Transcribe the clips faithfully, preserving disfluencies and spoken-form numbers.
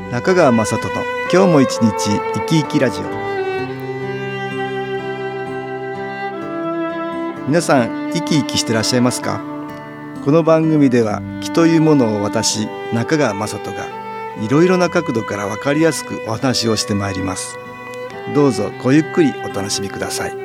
中川雅人の今日も一日生き生きラジオ。皆さん生き生きしてらっしゃいますか？この番組では気というものを私中川雅人がいろいろな角度から分かりやすくお話をしてまいります。どうぞごゆっくりお楽しみください。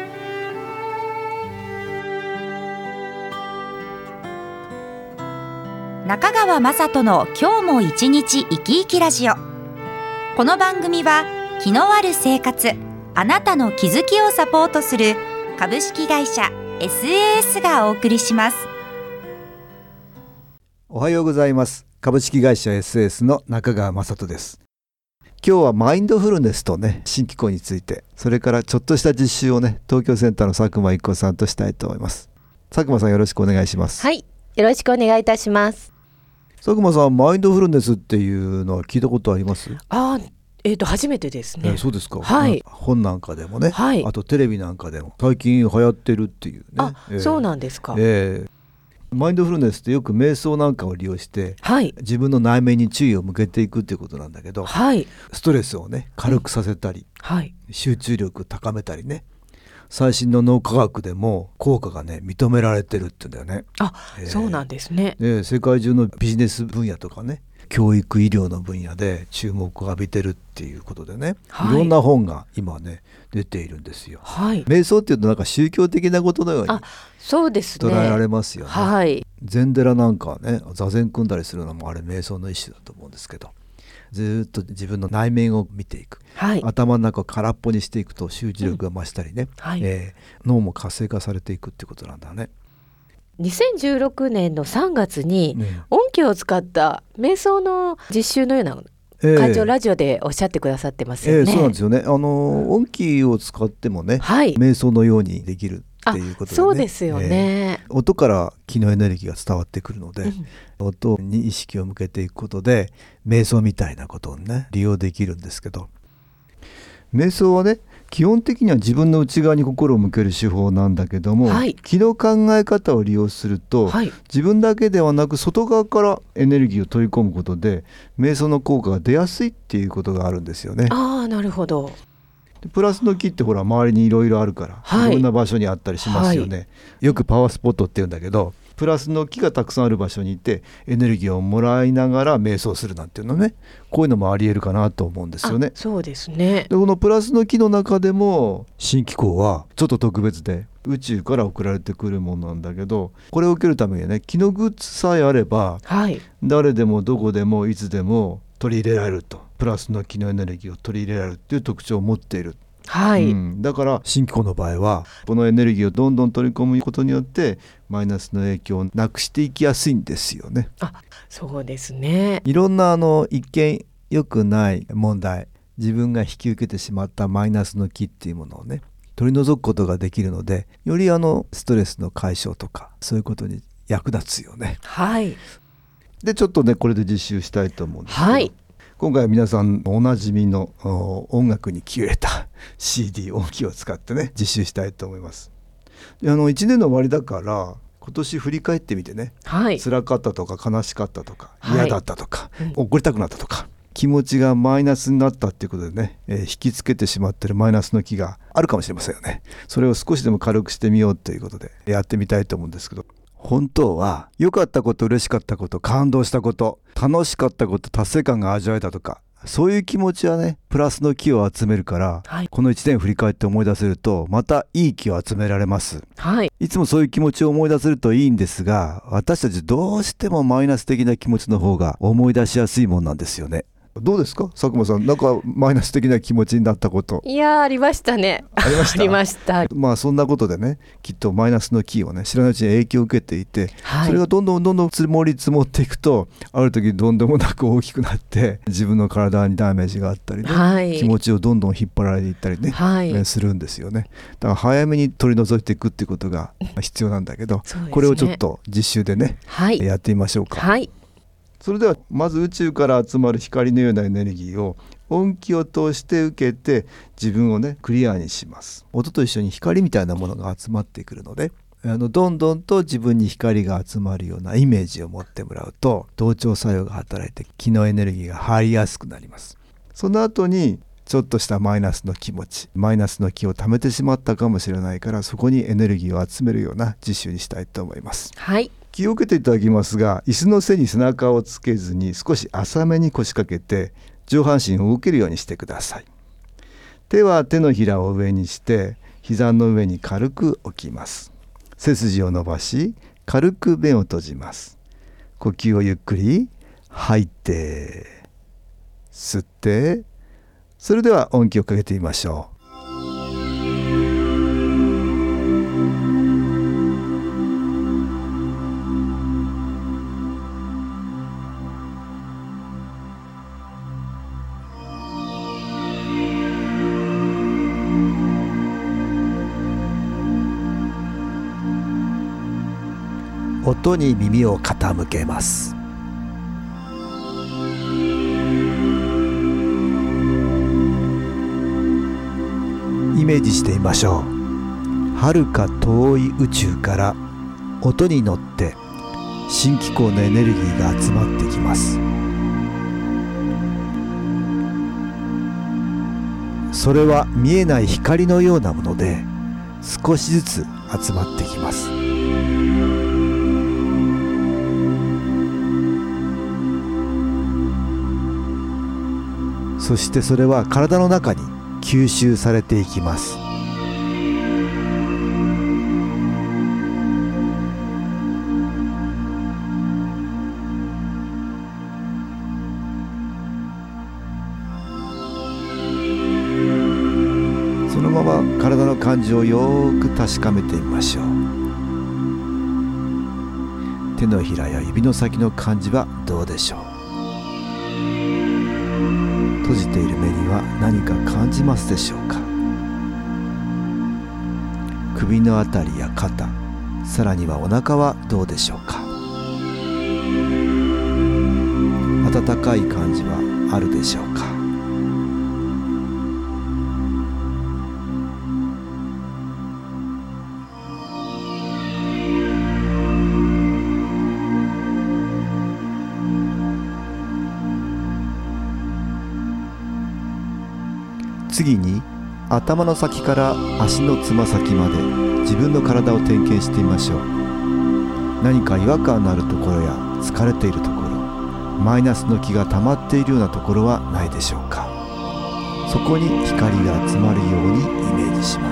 中川雅人の今日も一日生き生きラジオ。この番組は気のある生活、あなたの気づきをサポートする株式会社 エスエーエス がお送りします。 おはようございます。株式会社 エスエーエス の中川雅人です。今日はマインドフルネスとね、新機構について、それからちょっとした実習をね、東京センターの佐久間一子さんとしたいと思います。佐久間さん、よろしくお願いします。 はい、よろしくお願いいたします。 佐久間さん、マインドフルネスっていうのは聞いたことあります？ あ、えーと初めてですね。 えー、そうですか。 はい、 本なんかでもね、 はい、 あとテレビなんかでも最近流行ってるっていうね。 あ、 えー、 そうなんですか。 えー、マインドフルネスってよく瞑想なんかを利用して、はい、自分の内面に注意を向けていくっていうことなんだけど、はい、ストレスをね軽くさせたり、うん、はい、集中力高めたりね、最新の脳科学でも効果がね認められてるって言うんだよね。 あ、えー、そうなんですね。 で、世界中のビジネス分野とかね、教育医療の分野で注目を浴びてるっていうことでね、はい、いろんな本が今ね出ているんですよ。はい、瞑想っていうとなんか宗教的なことのようにそうですね、 捉えられますよね。 はい、 禅寺なんかはね、座禅組んだりするのもあれ瞑想の一種だと思うんですけど、ずっと自分の内面を見ていく、はい、頭の中を空っぽにしていくと集中力が増したりね、うん、はい、えー、脳も活性化されていくっていうことなんだね。 にせんじゅうろくねんのさんがつに音気を使った瞑想の実習のような感じをラジオでおっしゃってくださってますよね。 えー、そうなんですよね。あの音気を使ってもね、はい、瞑想のようにできるっていうことでね。 そうですよね。 えー、音から気のエネルギーが伝わってくるので、うん、音に意識を向けていくことで瞑想みたいなことをね利用できるんですけど、瞑想はね基本的には自分の内側に心を向ける手法なんだけども、はい、気の考え方を利用すると、はい、自分だけではなく外側からエネルギーを取り込むことで瞑想の効果が出やすいっていうことがあるんですよね。 ああ、なるほど。 でプラスの気ってほら周りにいろいろあるから、はい、いろんな場所にあったりしますよね。はい、よくパワースポットって言うんだけど、プラスの気がたくさんある場所にいてエネルギーをもらいながら瞑想するなんていうのね、こういうのもありえるかなと思うんですよね。 そうですね。 でこのプラスの気の中でも新機構はちょっと特別で宇宙から送られてくるものなんだけど、これを受けるためにね、気のグッズさえあれば、はい、誰でもどこでもいつでも取り入れられると、プラスの気のエネルギーを取り入れられるっていう特徴を持っている。はい、うん、だから新機構の場合はこのエネルギーをどんどん取り込むことによってマイナスの影響をなくしていきやすいんですよね。 あ、そうですね。 いろんなあの一見良くない問題、自分が引き受けてしまったマイナスの気っていうものをね取り除くことができるので、よりあのストレスの解消とかそういうことに役立つよね。 はい。 でちょっとねこれで実習したいと思うんですけど、はい、今回は皆さんおなじみの音楽に気を入れた シーディー 音機を使ってね実習したいと思います。であのいちねんの終わりだから今年振り返ってみてね、はい、辛かったとか悲しかったとか嫌だったとか、はい、怒りたくなったとか、気持ちがマイナスになったっていうことでね、えー、引きつけてしまってるマイナスの気があるかもしれませんよね。それを少しでも軽くしてみようということでやってみたいと思うんですけど、本当は良かったこと、嬉しかったこと、感動したこと、楽しかったこと、達成感が味わえたとか、そういう気持ちはねプラスの気を集めるから、はい、このいちねん振り返って思い出せるとまたいい気を集められます。はい、いつもそういう気持ちを思い出せるといいんですが、私たちどうしてもマイナス的な気持ちの方が思い出しやすいもんなんですよね。どうですか佐久間さん、なんかマイナス的な気持ちになったこと？ いやありましたね。 ありました。 ありました。 まあそんなことでね、きっとマイナスの気をね知らないうちに影響を受けていて、はい、それがどんどんどんどん積もり積もっていくと、ある時どんでもなく大きくなって自分の体にダメージがあったりね、はい、気持ちをどんどん引っ張られていったりね、はい、するんですよね。だから早めに取り除いていくっていうことが必要なんだけど、ね、これをちょっと実習でね、はい、やってみましょうか。はい、それではまず宇宙から集まる光のようなエネルギーを音気を通して受けて自分をねクリアにします。音と一緒に光みたいなものが集まってくるので、 あのどんどんと自分に光が集まるようなイメージを持ってもらうと、同調作用が働いて気のエネルギーが入りやすくなります。その後にちょっとしたマイナスの気持ち、マイナスの気を溜めてしまったかもしれないから、そこにエネルギーを集めるような実習にしたいと思います。 はい、 気を受けていただきますが、椅子の背に背中をつけずに少し浅めに腰掛けて上半身を受けるようにしてください。手は手のひらを上にして膝の上に軽く置きます。背筋を伸ばし軽く目を閉じます。呼吸をゆっくり吐いて吸って、それでは音気をかけてみましょう。音に耳を傾けます。イメージしてみましょう。遥か遠い宇宙から音に乗って新機構のエネルギーが集まってきます。それは見えない光のようなもので少しずつ集まってきます。そしてそれは体の中に吸収されていきます。そのまま体の感じをよく確かめてみましょう。手のひらや指の先の感じはどうでしょう。閉じている目には何か感じますでしょうか。首のあたりや肩、さらにはお腹はどうでしょうか。温かい感じはあるでしょうか。次に頭の先から足のつま先まで自分の体を点検してみましょう。何か違和感のあるところや疲れているところ、マイナスの気が溜まっているようなところはないでしょうか。そこに光が集まるようにイメージします。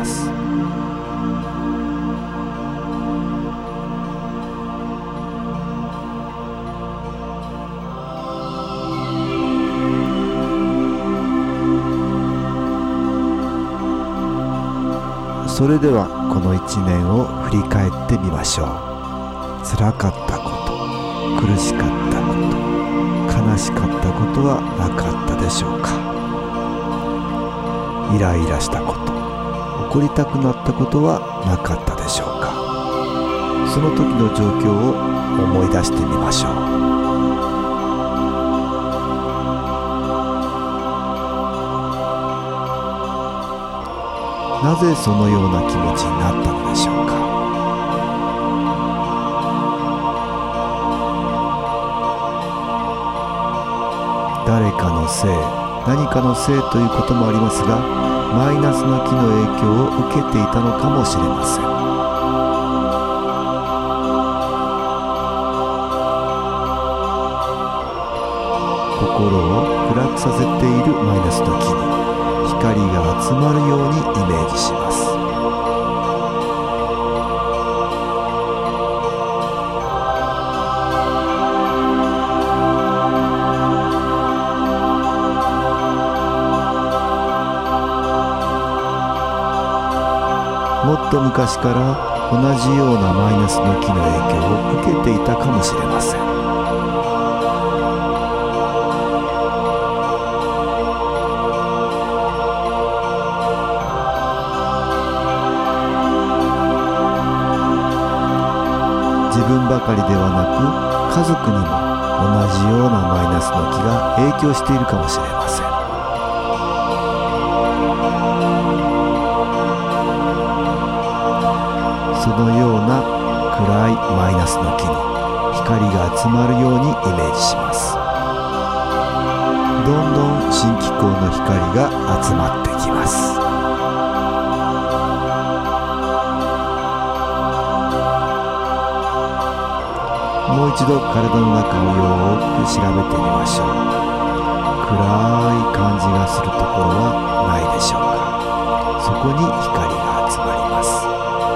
それではこのいちねんを振り返ってみましょう。辛かったこと、苦しかったこと、悲しかったことはなかったでしょうか。イライラしたこと、怒りたくなったことはなかったでしょうか。その時の状況を思い出してみましょう。なぜそのような気持ちになったのでしょうか。誰かのせい、何かのせいということもありますが、マイナスの気の影響を受けていたのかもしれません。心を暗くさせているマイナスの気に光が集まるようにイメージします。もっと昔から同じようなマイナスの気の影響を受けていたかもしれません。自分ばかりではなく家族にも同じようなマイナスの気が影響しているかもしれません。そそのような暗いマイナスの木に光が集まるようにイメージします。どんどん新気候の光が集まってきます。もう一度体の中をよーく調べてみましょう。暗い感じがするところはないでしょうか。そこに光が集まります。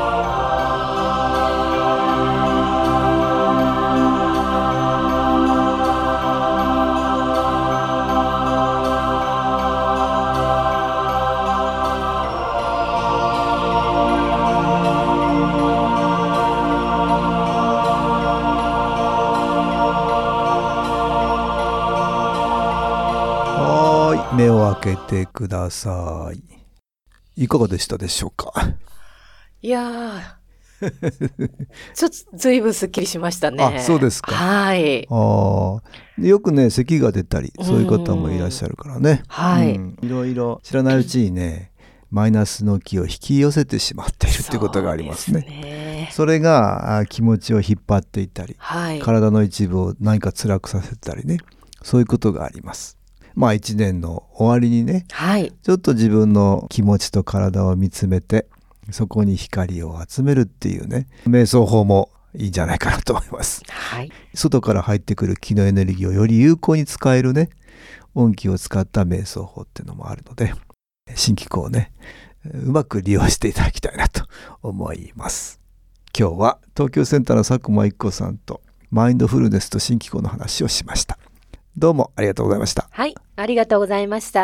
目を開けてください。いかがでしたでしょうか。 いやーちょっとずいぶんすっきりしましたね。 あ、そうですか。 はい。 あよくね咳が出たりそういう方もいらっしゃるからね、 はい、 うん、いろいろ知らないうちにねマイナスの気を引き寄せてしまっているっていうことがありますね。 そうですね。それが気持ちを引っ張っていたり、はい、体の一部を何か辛くさせたりね、そういうことがあります。まあ一年の終わりにね、はい、ちょっと自分の気持ちと体を見つめてそこに光を集めるっていうね瞑想法もいいんじゃないかなと思います、はい、外から入ってくる気のエネルギーをより有効に使えるね音気を使った瞑想法っていうのもあるので新気候をねうまく利用していただきたいなと思います。今日は東京センターの佐久間一子さんとマインドフルネスと新気候の話をしました。どうもありがとうございました。 はい、ありがとうございました。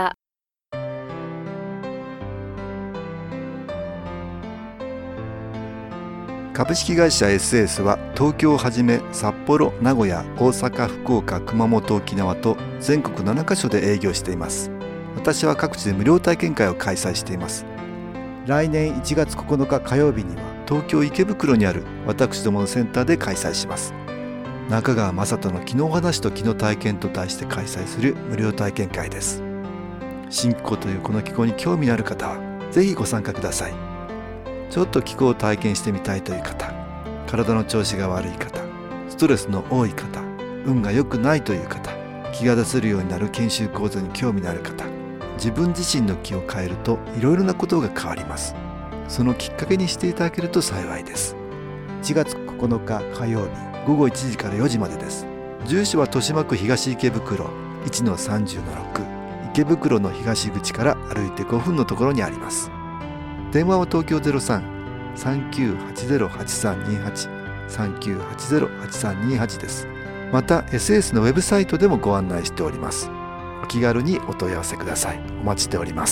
株式会社 エスエス は東京をはじめ札幌、名古屋、大阪、福岡、熊本、沖縄と全国ななカ所で営業しています。私は各地で無料体験会を開催しています。来年いちがつここのか火曜日には東京池袋にある私どものセンターで開催します。中川雅人の気の話と気の体験と題して開催する無料体験会です。新気候というこの気候に興味のある方はぜひご参加ください。ちょっと気候を体験してみたいという方、体の調子が悪い方、ストレスの多い方、運が良くないという方、気が出せるようになる研修講座に興味のある方、自分自身の気を変えるといろいろなことが変わります。そのきっかけにしていただけると幸いです。いちがつここのか火曜日ごごいちじからよじまでです。住所は豊島区東池袋 いちのさんじゅうのろく、 池袋の東口から歩いてごふんのところにあります。電話は東京 ゼロさん さんきゅうはちゼロ はちさんにはち さんきゅうはちゼロ はちさんにはちです。また エスエス のウェブサイトでもご案内しております。お気軽にお問い合わせください。お待ちしております。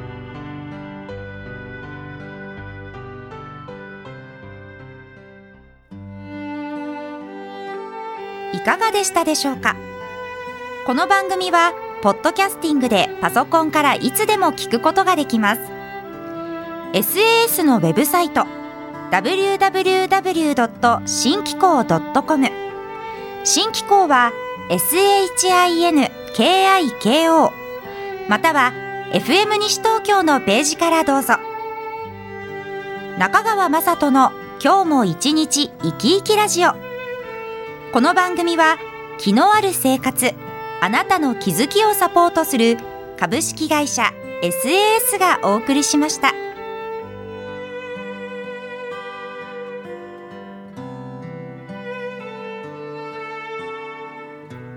いかがでしたでしょうか。この番組はポッドキャスティングでパソコンからいつでも聞くことができます。 エスエーエス のウェブサイト ダブリューダブリューダブリュードットシンキコードットコム、 新気候は エスエイチアイエヌケーアイケーオー または エフエム 西東京のページからどうぞ。中川雅人の今日も一日生き生きラジオ。この番組は気のある生活、あなたの気づきをサポートする株式会社 エスエーエス がお送りしました。